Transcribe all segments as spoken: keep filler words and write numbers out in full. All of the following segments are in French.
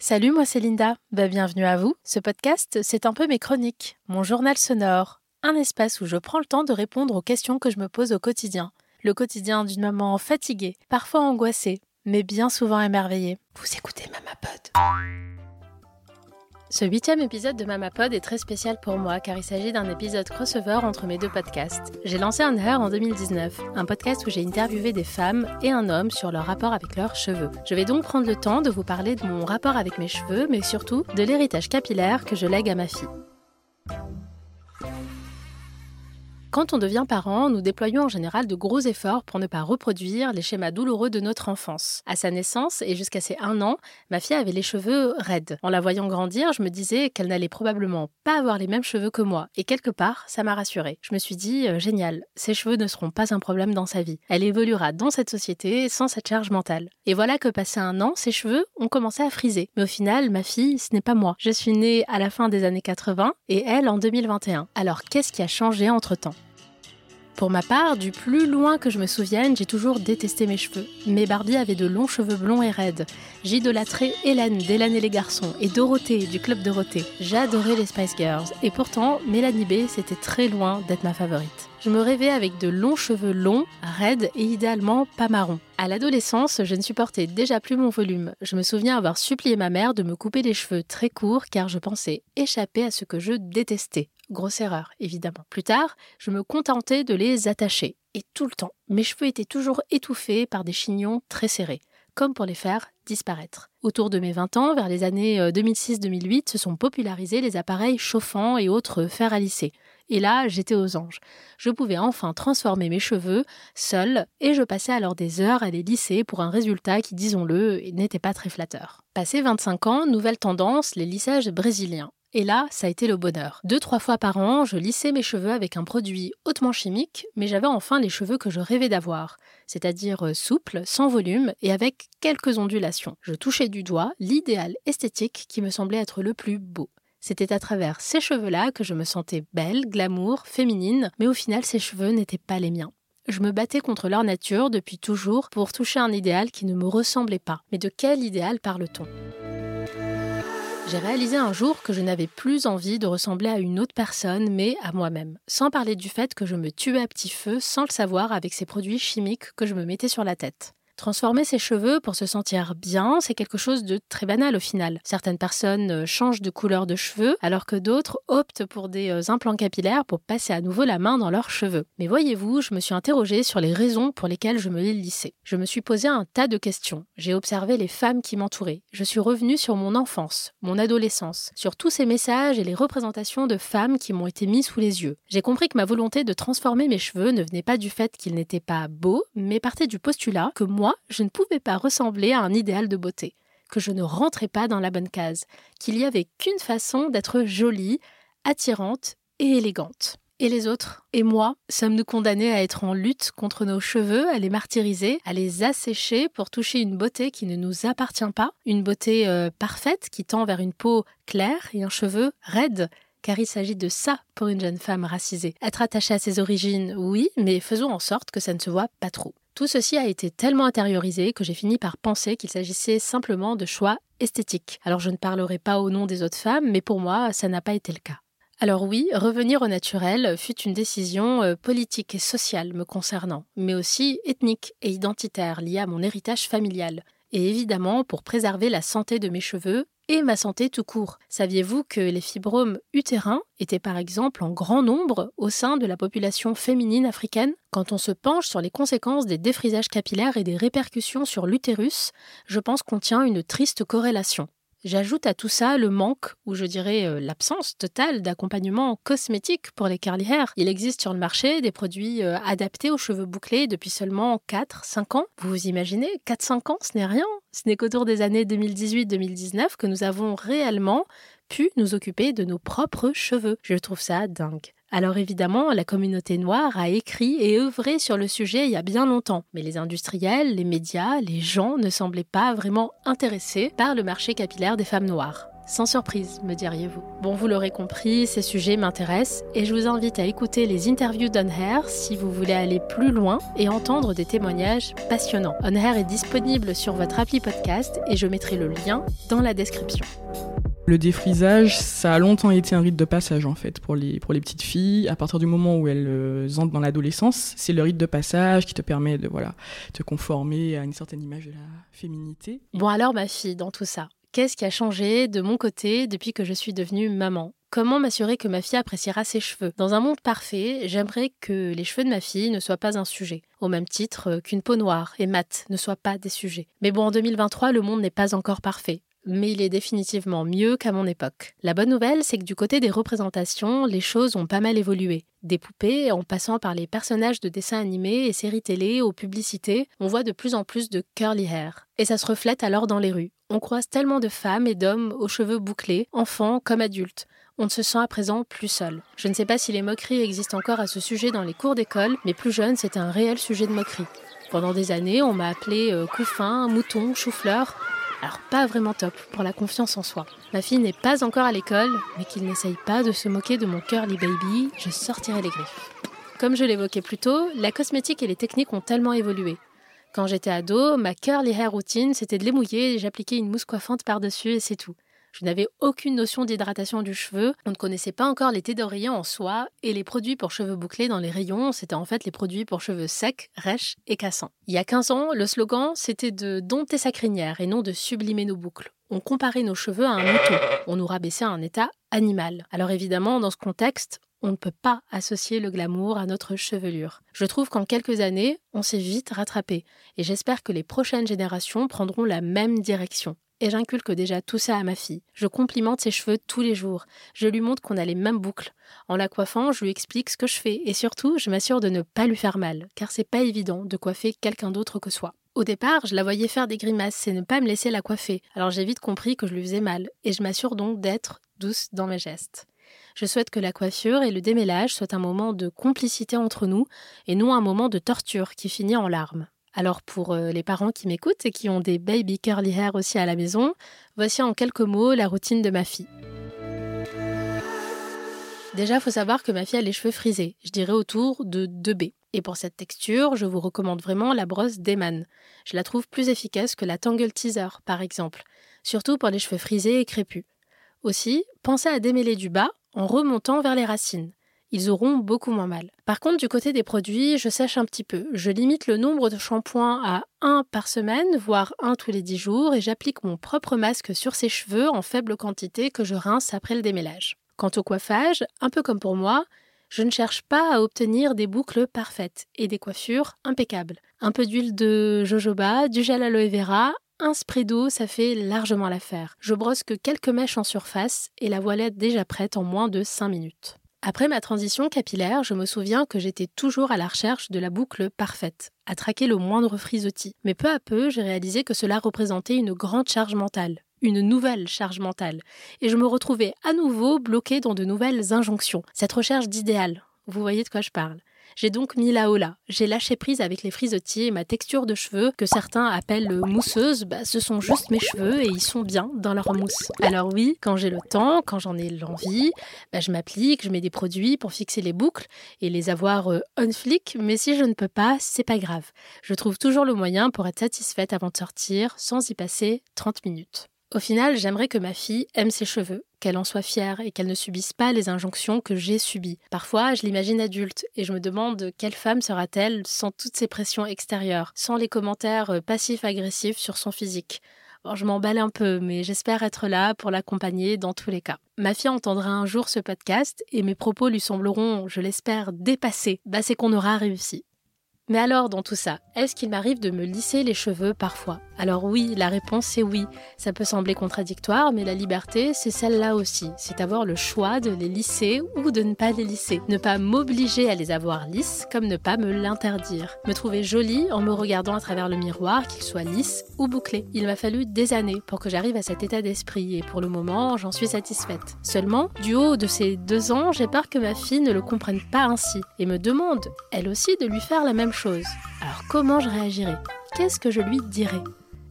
Salut, moi c'est Linda. Bah, bienvenue à vous. Ce podcast, c'est un peu mes chroniques, mon journal sonore, un espace où je prends le temps de répondre aux questions que je me pose au quotidien. Le quotidien d'une maman fatiguée, parfois angoissée, mais bien souvent émerveillée. Vous écoutez Mamapod. Ce huitième épisode de Mamapod est très spécial pour moi car il s'agit d'un épisode crossover entre mes deux podcasts. J'ai lancé Unher en deux mille dix-neuf, un podcast où j'ai interviewé des femmes et un homme sur leur rapport avec leurs cheveux. Je vais donc prendre le temps de vous parler de mon rapport avec mes cheveux, mais surtout de l'héritage capillaire que je lègue à ma fille. Quand on devient parent, nous déployons en général de gros efforts pour ne pas reproduire les schémas douloureux de notre enfance. À sa naissance et jusqu'à ses un an, ma fille avait les cheveux raides. En la voyant grandir, je me disais qu'elle n'allait probablement pas avoir les mêmes cheveux que moi. Et quelque part, ça m'a rassurée. Je me suis dit, euh, génial, ses cheveux ne seront pas un problème dans sa vie. Elle évoluera dans cette société sans cette charge mentale. Et voilà que passé un an, ses cheveux ont commencé à friser. Mais au final, ma fille, ce n'est pas moi. Je suis née à la fin des années quatre-vingts et elle en deux mille vingt et un. Alors qu'est-ce qui a changé entre-temps ? Pour ma part, du plus loin que je me souvienne, j'ai toujours détesté mes cheveux. Mes Barbie avaient de longs cheveux blonds et raides. J'idolâtrais Hélène d'Hélène et les garçons et Dorothée du Club Dorothée. J'adorais les Spice Girls. Et pourtant, Mélanie B, c'était très loin d'être ma favorite. Je me rêvais avec de longs cheveux longs, raides et idéalement pas marrons. À l'adolescence, je ne supportais déjà plus mon volume. Je me souviens avoir supplié ma mère de me couper les cheveux très courts car je pensais échapper à ce que je détestais. Grosse erreur, évidemment. Plus tard, je me contentais de les attacher. Et tout le temps, mes cheveux étaient toujours étouffés par des chignons très serrés, comme pour les faire disparaître. Autour de mes vingt ans, vers les années deux mille six deux mille huit, se sont popularisés les appareils chauffants et autres fers à lisser. Et là, j'étais aux anges. Je pouvais enfin transformer mes cheveux seule et je passais alors des heures à les lisser pour un résultat qui, disons-le, n'était pas très flatteur. Passé vingt-cinq ans, nouvelle tendance, les lissages brésiliens. Et là, ça a été le bonheur. Deux, trois fois par an, je lissais mes cheveux avec un produit hautement chimique, mais j'avais enfin les cheveux que je rêvais d'avoir, c'est-à-dire souples, sans volume et avec quelques ondulations. Je touchais du doigt l'idéal esthétique qui me semblait être le plus beau. C'était à travers ces cheveux-là que je me sentais belle, glamour, féminine, mais au final, ces cheveux n'étaient pas les miens. Je me battais contre leur nature depuis toujours pour toucher un idéal qui ne me ressemblait pas. Mais de quel idéal parle-t-on ? J'ai réalisé un jour que je n'avais plus envie de ressembler à une autre personne, mais à moi-même. Sans parler du fait que je me tuais à petit feu sans le savoir avec ces produits chimiques que je me mettais sur la tête. Transformer ses cheveux pour se sentir bien, c'est quelque chose de très banal au final. Certaines personnes changent de couleur de cheveux, alors que d'autres optent pour des implants capillaires pour passer à nouveau la main dans leurs cheveux. Mais voyez-vous, je me suis interrogée sur les raisons pour lesquelles je me les lissais. Je me suis posé un tas de questions. J'ai observé les femmes qui m'entouraient. Je suis revenue sur mon enfance, mon adolescence, sur tous ces messages et les représentations de femmes qui m'ont été mis sous les yeux. J'ai compris que ma volonté de transformer mes cheveux ne venait pas du fait qu'ils n'étaient pas beaux, mais partait du postulat que moi, Moi, je ne pouvais pas ressembler à un idéal de beauté, que je ne rentrais pas dans la bonne case, qu'il n'y avait qu'une façon d'être jolie, attirante et élégante. Et les autres, et moi, sommes-nous condamnés à être en lutte contre nos cheveux, à les martyriser, à les assécher pour toucher une beauté qui ne nous appartient pas, une beauté euh, parfaite qui tend vers une peau claire et un cheveu raide, car il s'agit de ça pour une jeune femme racisée. Être attachée à ses origines, oui, mais faisons en sorte que ça ne se voit pas trop. Tout ceci a été tellement intériorisé que j'ai fini par penser qu'il s'agissait simplement de choix esthétiques. Alors je ne parlerai pas au nom des autres femmes, mais pour moi, ça n'a pas été le cas. Alors oui, revenir au naturel fut une décision politique et sociale me concernant, mais aussi ethnique et identitaire liée à mon héritage familial. Et évidemment pour préserver la santé de mes cheveux et ma santé tout court. Saviez-vous que les fibromes utérins étaient par exemple en grand nombre au sein de la population féminine africaine ? Quand on se penche sur les conséquences des défrisages capillaires et des répercussions sur l'utérus, je pense qu'on tient une triste corrélation. J'ajoute à tout ça le manque, ou je dirais euh, l'absence totale d'accompagnement cosmétique pour les curly hair. Il existe sur le marché des produits euh, adaptés aux cheveux bouclés depuis seulement quatre à cinq ans. Vous vous imaginez, quatre à cinq ans, ce n'est rien. Ce n'est qu'autour des années deux mille dix-huit deux mille dix-neuf que nous avons réellement pu nous occuper de nos propres cheveux. Je trouve ça dingue. Alors évidemment, la communauté noire a écrit et œuvré sur le sujet il y a bien longtemps. Mais les industriels, les médias, les gens ne semblaient pas vraiment intéressés par le marché capillaire des femmes noires. Sans surprise, me diriez-vous. Bon, vous l'aurez compris, ces sujets m'intéressent et je vous invite à écouter les interviews d'On Hair si vous voulez aller plus loin et entendre des témoignages passionnants. On Hair est disponible sur votre appli podcast et je mettrai le lien dans la description. Le défrisage, ça a longtemps été un rite de passage en fait pour les, pour les petites filles. À partir du moment où elles euh, entrent dans l'adolescence, c'est le rite de passage qui te permet de voilà, te conformer à une certaine image de la féminité. Bon alors ma fille, dans tout ça, qu'est-ce qui a changé de mon côté depuis que je suis devenue maman ? Comment m'assurer que ma fille appréciera ses cheveux ? Dans un monde parfait, j'aimerais que les cheveux de ma fille ne soient pas un sujet, au même titre qu'une peau noire et mate ne soient pas des sujets. Mais bon, en deux mille vingt-trois, le monde n'est pas encore parfait. Mais il est définitivement mieux qu'à mon époque. La bonne nouvelle, c'est que du côté des représentations, les choses ont pas mal évolué. Des poupées, en passant par les personnages de dessins animés et séries télé aux publicités, on voit de plus en plus de curly hair. Et ça se reflète alors dans les rues. On croise tellement de femmes et d'hommes aux cheveux bouclés, enfants comme adultes. On ne se sent à présent plus seul. Je ne sais pas si les moqueries existent encore à ce sujet dans les cours d'école, mais plus jeune, c'était un réel sujet de moquerie. Pendant des années, on m'a appelé euh, couffin, mouton, chou-fleur. Alors pas vraiment top pour la confiance en soi. Ma fille n'est pas encore à l'école, mais qu'il n'essaye pas de se moquer de mon curly baby, je sortirai les griffes. Comme je l'évoquais plus tôt, la cosmétique et les techniques ont tellement évolué. Quand j'étais ado, ma curly hair routine, c'était de les mouiller et j'appliquais une mousse coiffante par-dessus et c'est tout. Je n'avais aucune notion d'hydratation du cheveu, on ne connaissait pas encore les thés d'oreiller en soi, et les produits pour cheveux bouclés dans les rayons, c'était en fait les produits pour cheveux secs, rêches et cassants. Il y a quinze ans, le slogan, c'était de dompter sa crinière et non de sublimer nos boucles. On comparait nos cheveux à un mouton, on nous rabaissait à un état animal. Alors évidemment, dans ce contexte, on ne peut pas associer le glamour à notre chevelure. Je trouve qu'en quelques années, on s'est vite rattrapé, et j'espère que les prochaines générations prendront la même direction. Et j'inculque déjà tout ça à ma fille. Je complimente ses cheveux tous les jours. Je lui montre qu'on a les mêmes boucles. En la coiffant, je lui explique ce que je fais. Et surtout, je m'assure de ne pas lui faire mal, car c'est pas évident de coiffer quelqu'un d'autre que soi. Au départ, je la voyais faire des grimaces et ne pas me laisser la coiffer. Alors j'ai vite compris que je lui faisais mal. Et je m'assure donc d'être douce dans mes gestes. Je souhaite que la coiffure et le démêlage soient un moment de complicité entre nous, et non un moment de torture qui finit en larmes. Alors pour les parents qui m'écoutent et qui ont des baby curly hair aussi à la maison, voici en quelques mots la routine de ma fille. Déjà, il faut savoir que ma fille a les cheveux frisés, je dirais autour de deux B. Et pour cette texture, je vous recommande vraiment la brosse Deman. Je la trouve plus efficace que la Tangle Teaser, par exemple, surtout pour les cheveux frisés et crépus. Aussi, pensez à démêler du bas en remontant vers les racines. Ils auront beaucoup moins mal. Par contre, du côté des produits, je sèche un petit peu. Je limite le nombre de shampoings à un par semaine, voire un tous les dix jours, et j'applique mon propre masque sur ses cheveux en faible quantité que je rince après le démêlage. Quant au coiffage, un peu comme pour moi, je ne cherche pas à obtenir des boucles parfaites et des coiffures impeccables. Un peu d'huile de jojoba, du gel aloe vera, un spray d'eau, ça fait largement l'affaire. Je brosse que quelques mèches en surface et la voilà déjà prête en moins de cinq minutes. Après ma transition capillaire, je me souviens que j'étais toujours à la recherche de la boucle parfaite, à traquer le moindre frisottis. Mais peu à peu, j'ai réalisé que cela représentait une grande charge mentale, une nouvelle charge mentale. Et je me retrouvais à nouveau bloquée dans de nouvelles injonctions. Cette recherche d'idéal, vous voyez de quoi je parle. J'ai donc mis la hola. J'ai lâché prise avec les frisottis et ma texture de cheveux, que certains appellent mousseuse, bah, ce sont juste mes cheveux et ils sont bien dans leur mousse. Alors oui, quand j'ai le temps, quand j'en ai l'envie, bah, je m'applique, je mets des produits pour fixer les boucles et les avoir euh, on flic, mais si je ne peux pas, c'est pas grave. Je trouve toujours le moyen pour être satisfaite avant de sortir, sans y passer trente minutes. Au final, j'aimerais que ma fille aime ses cheveux, qu'elle en soit fière et qu'elle ne subisse pas les injonctions que j'ai subies. Parfois, je l'imagine adulte et je me demande quelle femme sera-t-elle sans toutes ces pressions extérieures, sans les commentaires passifs-agressifs sur son physique. Bon, je m'emballe un peu, mais j'espère être là pour l'accompagner dans tous les cas. Ma fille entendra un jour ce podcast et mes propos lui sembleront, je l'espère, dépassés. Bah, c'est qu'on aura réussi. Mais alors, dans tout ça, est-ce qu'il m'arrive de me lisser les cheveux parfois ? Alors oui, la réponse c'est oui. Ça peut sembler contradictoire, mais la liberté, c'est celle-là aussi. C'est avoir le choix de les lisser ou de ne pas les lisser. Ne pas m'obliger à les avoir lisses, comme ne pas me l'interdire. Me trouver jolie en me regardant à travers le miroir, qu'il soit lisse ou bouclé. Il m'a fallu des années pour que j'arrive à cet état d'esprit et pour le moment, j'en suis satisfaite. Seulement, du haut de ces deux ans, j'ai peur que ma fille ne le comprenne pas ainsi et me demande, elle aussi, de lui faire la même chose. Alors comment je réagirai ? Qu'est-ce que je lui dirai ?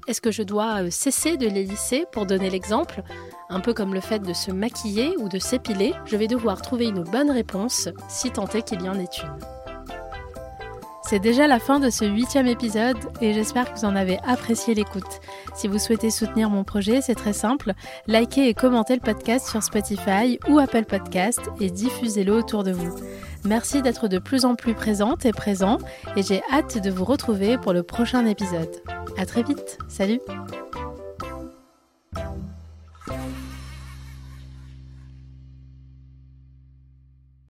Est-ce que je dois cesser de les lisser pour donner l'exemple ? Un peu comme le fait de se maquiller ou de s'épiler, je vais devoir trouver une bonne réponse, si tant est qu'il y en ait une. C'est déjà la fin de ce huitième épisode et j'espère que vous en avez apprécié l'écoute. Si vous souhaitez soutenir mon projet, c'est très simple. Likez et commentez le podcast sur Spotify ou Apple Podcast et diffusez-le autour de vous. Merci d'être de plus en plus présente et présent et j'ai hâte de vous retrouver pour le prochain épisode. À très vite, salut!